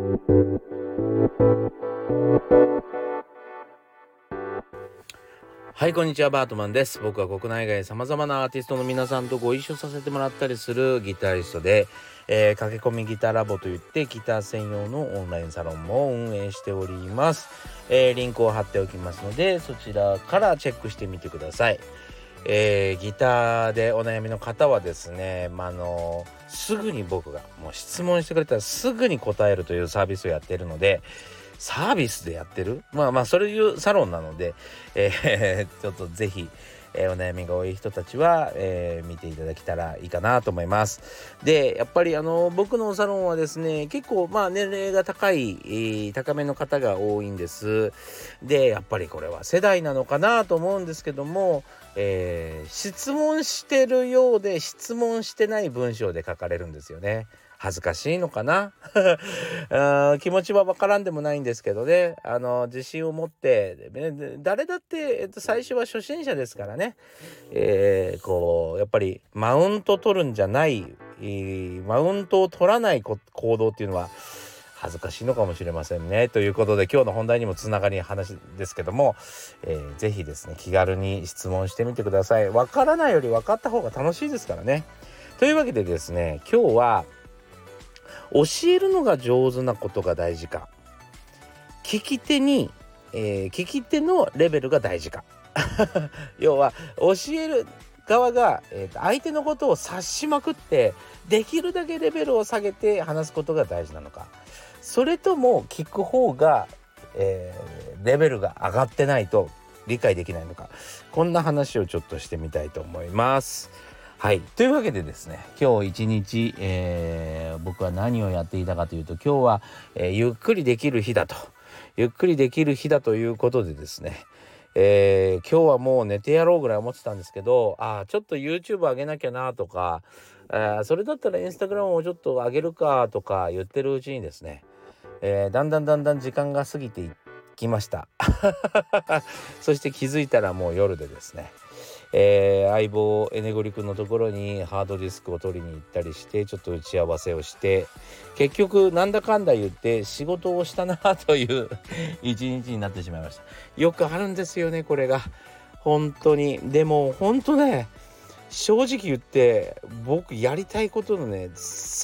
はい、こんにちは、バートマンです。僕は国内外様々なアーティストの皆さんとご一緒させてもらったりするギタリストで、駆け込みギターラボといってギター専用のオンラインサロンも運営しております。リンクを貼っておきますので、そちらからチェックしてみてください。ギターでお悩みの方はですね、すぐに僕がもう質問してくれたらすぐに答えるというサービスをやっているので、サービスでやってるそういうサロンなので、ちょっとぜひ、お悩みが多い人たちは、見ていただけたらいいかなと思います。で、やっぱり僕のサロンはですね、結構年齢が高めの方が多いんです。で、やっぱりこれは世代なのかなと思うんですけども、質問してるようで質問してない文章で書かれるんですよね。恥ずかしいのかな気持ちはわからんでもないんですけどね、自信を持って、誰だって、最初は初心者ですからね、やっぱりマウント取るんじゃない、マウントを取らない行動っていうのは恥ずかしいのかもしれませんね。ということで、今日の本題にもつながり話ですけども、ぜひですね、気軽に質問してみてください。わからないより分かった方が楽しいですからね。というわけでですね、今日は教えるのが上手なことが大事か、聞き手のレベルが大事か要は教える側が、相手のことを察しまくってできるだけレベルを下げて話すことが大事なのか、それとも聞く方が、レベルが上がってないと理解できないのか、こんな話をちょっとしてみたいと思います。はい、というわけでですね、今日一日、僕は何をやっていたかというと、今日は、ゆっくりできる日だということでですね、今日はもう寝てやろうぐらい思ってたんですけど、ちょっと YouTube 上げなきゃなとか、それだったら Instagram をちょっと上げるかとか言ってるうちにですね、だんだん時間が過ぎていきましたそして気づいたらもう夜でですね、相棒エネゴリ君のところにハードディスクを取りに行ったりして、ちょっと打ち合わせをして、結局なんだかんだ言って仕事をしたなという一日になってしまいました。よくあるんですよね、これが本当に。でも本当ね、正直言って僕やりたいことのね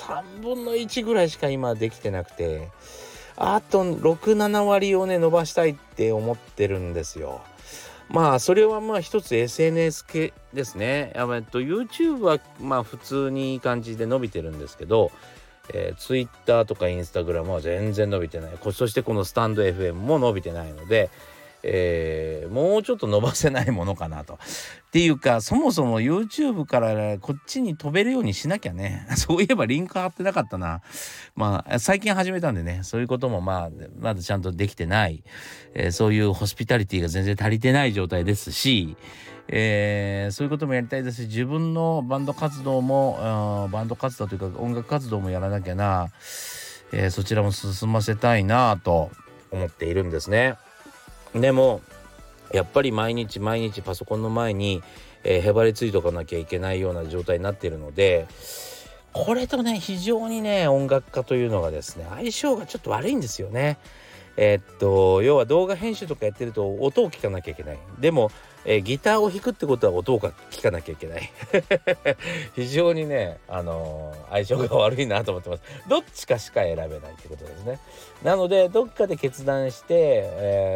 3分の1ぐらいしか今できてなくて、あと 6,7 割をね伸ばしたいって思ってるんですよ。それは一つ SNS 系ですね。YouTube は普通にいい感じで伸びてるんですけど、Twitter とか Instagram は全然伸びてない。そしてこのスタンド FM も伸びてないので、もうちょっと伸ばせないものかなと。っていうか、そもそも YouTube からこっちに飛べるようにしなきゃね。そういえばリンク貼ってなかったな。最近始めたんでね、そういうこともまだちゃんとできてない、そういうホスピタリティが全然足りてない状態ですし、そういうこともやりたいですし、自分のバンド活動というか音楽活動もやらなきゃな、そちらも進ませたいなと思っているんですね。でもやっぱり毎日パソコンの前に、へばりついとかなきゃいけないような状態になっているので、これとね非常にね音楽家というのがですね相性がちょっと悪いんですよね。要は動画編集とかやってると音を聞かなきゃいけない。でも、ギターを弾くってことは音を聞かなきゃいけない非常にね、相性が悪いなと思ってます。どっちかしか選べないってことですね。なのでどっかで決断して、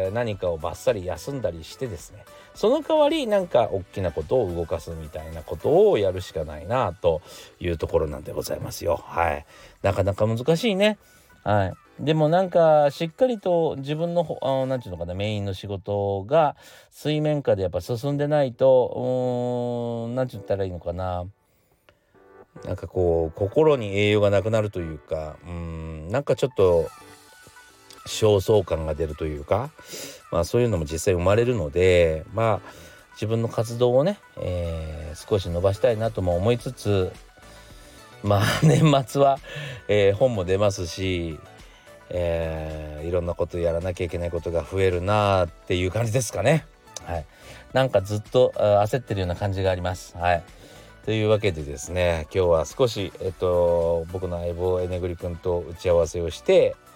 何かをバッサリ休んだりしてですね、その代わりなんか大きなことを動かすみたいなことをやるしかないなというところなんでございますよ。はい、なかなか難しいね。はい。でもなんかしっかりと自分のなんていうのかな、メインの仕事が水面下でやっぱ進んでないと、なんて言ったらいいのかな、なんかこう心に栄養がなくなるというか、なんかちょっと焦燥感が出るというか、そういうのも実際生まれるので、自分の活動をね、少し伸ばしたいなとも思いつつ、年末は、本も出ますし、いろんなことやらなきゃいけないことが増えるなっていう感じですかね。はい、なんかずっと焦ってるような感じがあります。はい、というわけでですね、今日は少し、僕の相棒エネグリ君と打ち合わせをして、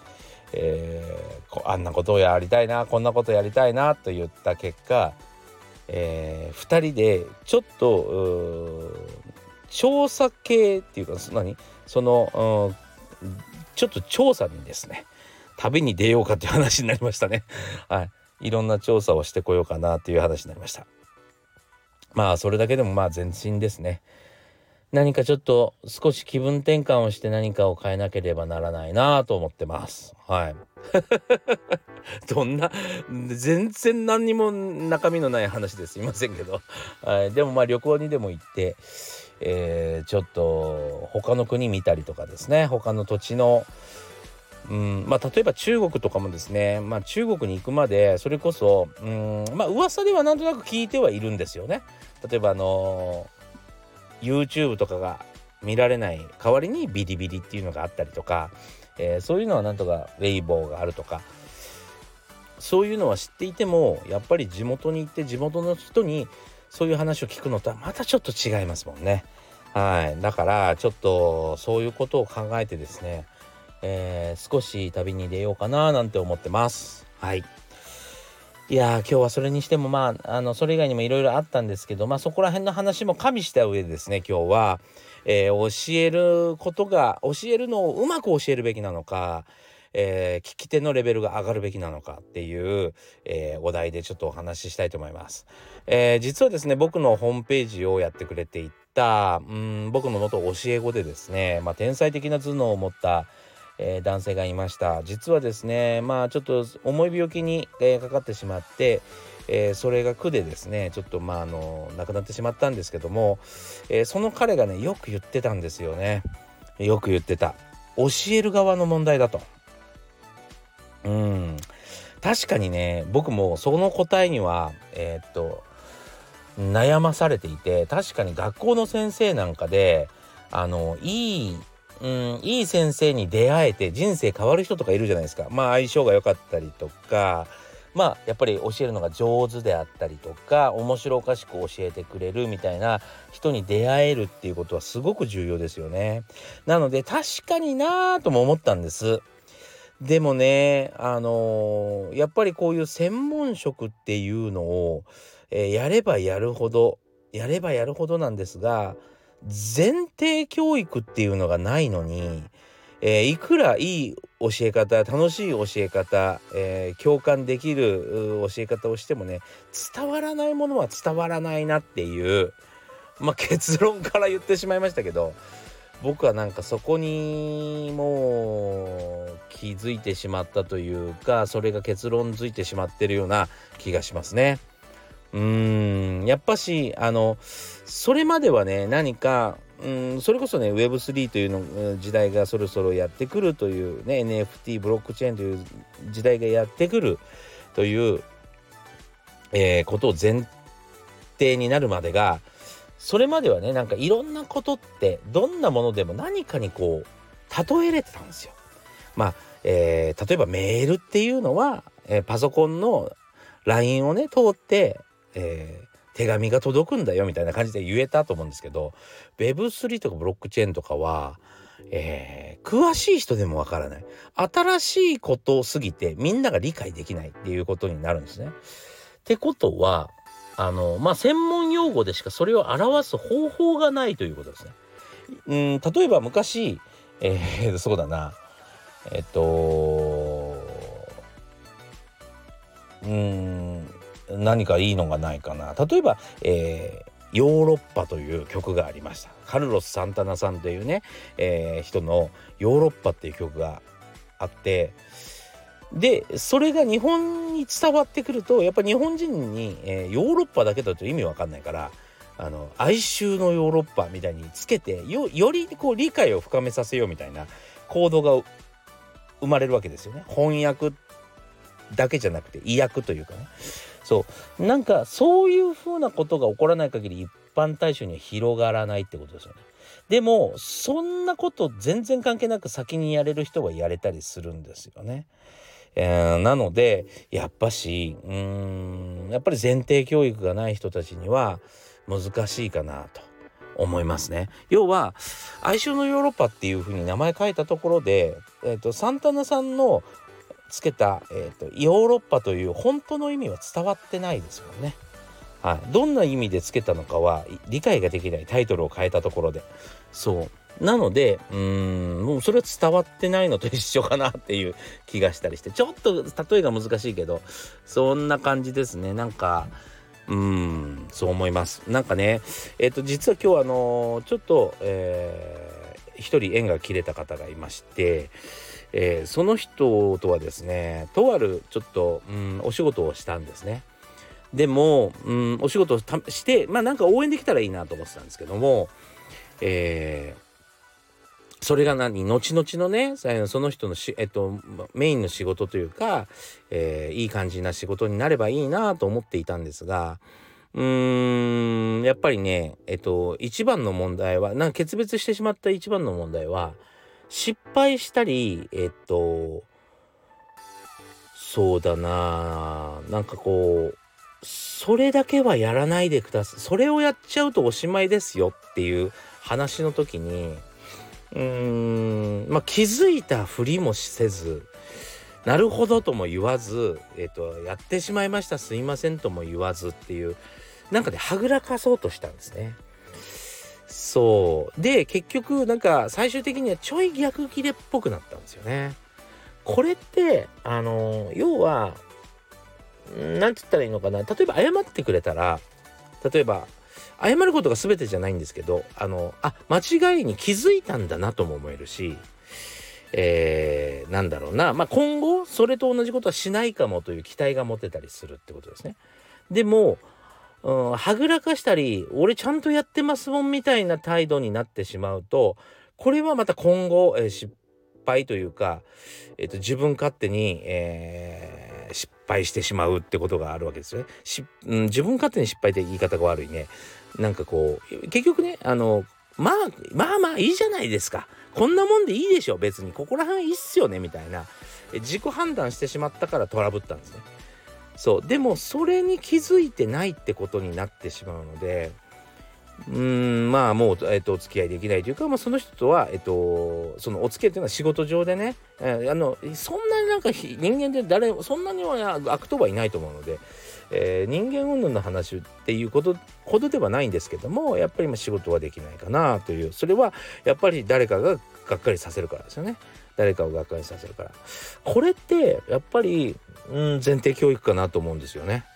あんなことをやりたいな、こんなことやりたいなと言った結果、2人でちょっと調査系っていうかちょっと調査にですね、旅に出ようかという話になりましたね。はい、いろんな調査をしてこようかなという話になりました。まあそれだけでもまあ前進ですね。何かちょっと少し気分転換をして何かを変えなければならないなと思ってます。はい。どんな全然何にも中身のない話ですいませんけど、はい、でもまあ旅行にでも行って、ちょっと他の国見たりとかですね、他の土地のまあ例えば中国とかもですね、まあ中国に行くまでそれこそまあ噂ではなんとなく聞いてはいるんですよね。例えばYouTube とかが見られない代わりにビリビリっていうのがあったりとか、そういうのはなんとかウェイボーがあるとか、そういうのは知っていてもやっぱり地元に行って地元の人にそういう話を聞くのとはまたちょっと違いますもんね。はい、だからちょっとそういうことを考えてですね、少し旅に出ようかななんて思ってます。はい。いや今日はそれにしてもそれ以外にもいろいろあったんですけど、そこら辺の話も加味した上でですね、今日は、教えるのをうまく教えるべきなのか、聞き手のレベルが上がるべきなのかっていう、お題でちょっとお話ししたいと思います。実はですね、僕のホームページをやってくれていた僕の元教え子でですね、天才的な頭脳を持った男性がいました。実はですね、ちょっと重い病気に、かかってしまって、それが苦でですね、ちょっと亡くなってしまったんですけども、その彼がねよく言ってたんですよね。よく言ってた。教える側の問題だと。確かにね、僕もその答えには悩まされていて、確かに学校の先生なんかでいい先生に出会えて人生変わる人とかいるじゃないですか。相性が良かったりとか、やっぱり教えるのが上手であったりとか、面白おかしく教えてくれるみたいな人に出会えるっていうことはすごく重要ですよね。なので確かになぁとも思ったんです。でもね、やっぱりこういう専門職っていうのを、やればやるほどなんですが、前提教育っていうのがないのに、いくらいい教え方、楽しい教え方、共感できる教え方をしてもね、伝わらないものは伝わらないなっていう、結論から言ってしまいましたけど、僕はなんかそこにもう気づいてしまったというか、それが結論づいてしまってるような気がしますね。やっぱしそれまではね、何かそれこそね Web3 というの時代がそろそろやってくるというね、 NFT ブロックチェーンという時代がやってくるという、ことを前提になるまでが、それまではね、なんかいろんなことってどんなものでも何かにこう例えれてたんですよ。例えばメールっていうのは、パソコンの LINE をね通って、手紙が届くんだよみたいな感じで言えたと思うんですけど、 Web3 とかブロックチェーンとかは、詳しい人でもわからない、新しいことすぎてみんなが理解できないっていうことになるんですね。ってことは専門用語でしかそれを表す方法がないということですね。例えば昔、そうだな、何かいいのがないかな。例えば、ヨーロッパという曲がありました。カルロス・サンタナさんというね、人のヨーロッパっていう曲があって、でそれが日本に伝わってくると、やっぱり日本人に、ヨーロッパだけだと意味わかんないから、哀愁のヨーロッパみたいにつけてよりこう理解を深めさせようみたいな行動が生まれるわけですよね。翻訳だけじゃなくて意訳というかね。そうなんかそういう風なことが起こらない限り一般大衆には広がらないってことですよね。でもそんなこと全然関係なく先にやれる人はやれたりするんですよね。なのでやっぱり前提教育がない人たちには難しいかなと思いますね。要は哀愁のヨーロッパっていう風に名前書いたところで、サンタナさんのつけた、ヨーロッパという本当の意味は伝わってないですもんね。はい、どんな意味でつけたのかは理解ができない、タイトルを変えたところで。そうなのでもうそれは伝わってないのと一緒かなっていう気がしたりして、ちょっと例えが難しいけどそんな感じですね。なんかそう思います。なんかね実は今日ちょっと、一人縁が切れた方がいまして、その人とはですねとあるちょっとお仕事をしたんですね。でもお仕事をしてなんか応援できたらいいなと思ってたんですけども、それが後々のねその人のメインの仕事というか、いい感じな仕事になればいいなと思っていたんですが、やっぱりね一番の問題は決別してしまった一番の問題は失敗したりそうだな、なんかこうそれだけはやらないでください、それをやっちゃうとおしまいですよっていう話の時に気づいたふりもせず、なるほどとも言わず、やってしまいましたすいませんとも言わずっていう、なんかねはぐらかそうとしたんですね。そうで結局なんか最終的にはちょい逆切れっぽくなったんですよね。これって要はなんて言ったらいいのかな、例えば謝ってくれたら、例えば謝ることが全てじゃないんですけど間違いに気づいたんだなとも思えるし、なんだろうな、今後それと同じことはしないかもという期待が持てたりするってことですね。でもはぐらかしたり俺ちゃんとやってますもんみたいな態度になってしまうと、これはまた今後、失敗というか、自分勝手に、失敗してしまうってことがあるわけですよね。自分勝手に失敗って言い方が悪いね。なんかこう結局ねまあいいじゃないですか、こんなもんでいいでしょ別にここら辺いいっすよねみたいな自己判断してしまったからトラブったんですね。そうでもそれに気づいてないってことになってしまうのでもう、お付き合いできないというか、その人とは、そのお付き合いというのは仕事上でね、そんなになんか人間でそんなには悪党はいないと思うので、人間云々の話っていうことほどではないんですけども、やっぱり仕事はできないかなという、それはやっぱり誰かががっかりさせるからですよね。誰かをがっかりさせるから、これってやっぱり前提教育かなと思うんですよね。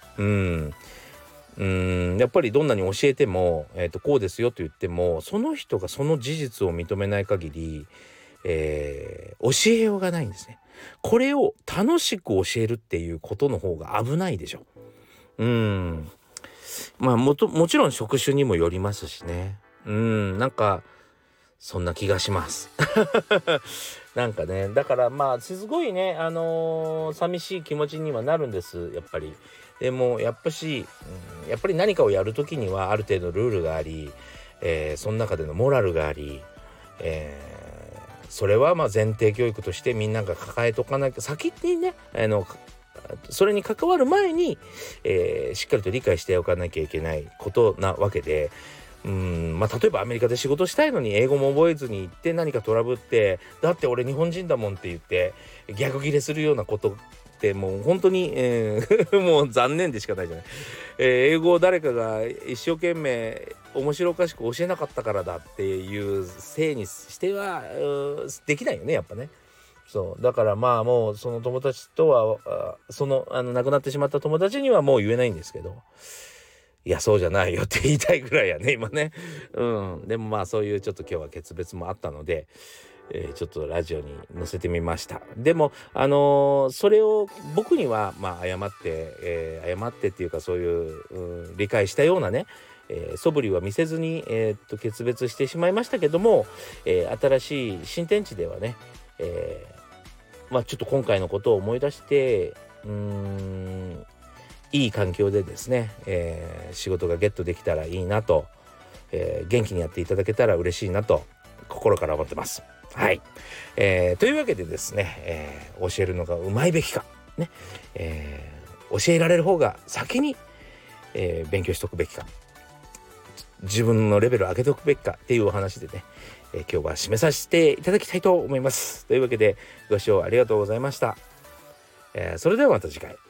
やっぱりどんなに教えても、こうですよと言ってもその人がその事実を認めない限り、教えようがないんですね。これを楽しく教えるっていうことの方が危ないでしょ。もちろん職種にもよりますしね。なんかそんな気がしますなんかねだからすごいね寂しい気持ちにはなるんですやっぱり。でもやっぱり何かをやるときにはある程度ルールがあり、その中でのモラルがあり、それは前提教育としてみんなが抱えとかなきゃ、先にねそれに関わる前に、しっかりと理解しておかなきゃいけないことなわけで、例えばアメリカで仕事したいのに英語も覚えずに行って何かトラブって、だって俺日本人だもんって言って逆ギレするようなことってもう本当に、もう残念でしかないじゃない。英語を誰かが一生懸命面白おかしく教えなかったからだっていうせいにしてはできないよねやっぱね。そうだからもうその友達とは亡くなってしまった友達にはもう言えないんですけど、いやそうじゃないよって言いたいぐらいやね今ね。でもそういうちょっと今日は決別もあったので、ちょっとラジオに載せてみました。でもそれを僕には謝って、っていうかそういう、理解したようなね、素振りは見せずに、決別してしまいましたけども、新しい新天地ではね、ちょっと今回のことを思い出していい環境でですね、仕事がゲットできたらいいなと、元気にやっていただけたら嬉しいなと心から思ってます。はい、というわけでですね、教えるのがうまいべきかね、教えられる方が先に、勉強しとくべきか、自分のレベルを上げておくべきかっていうお話でね、今日は締めさせていただきたいと思います。というわけでご視聴ありがとうございました。 それではまた次回。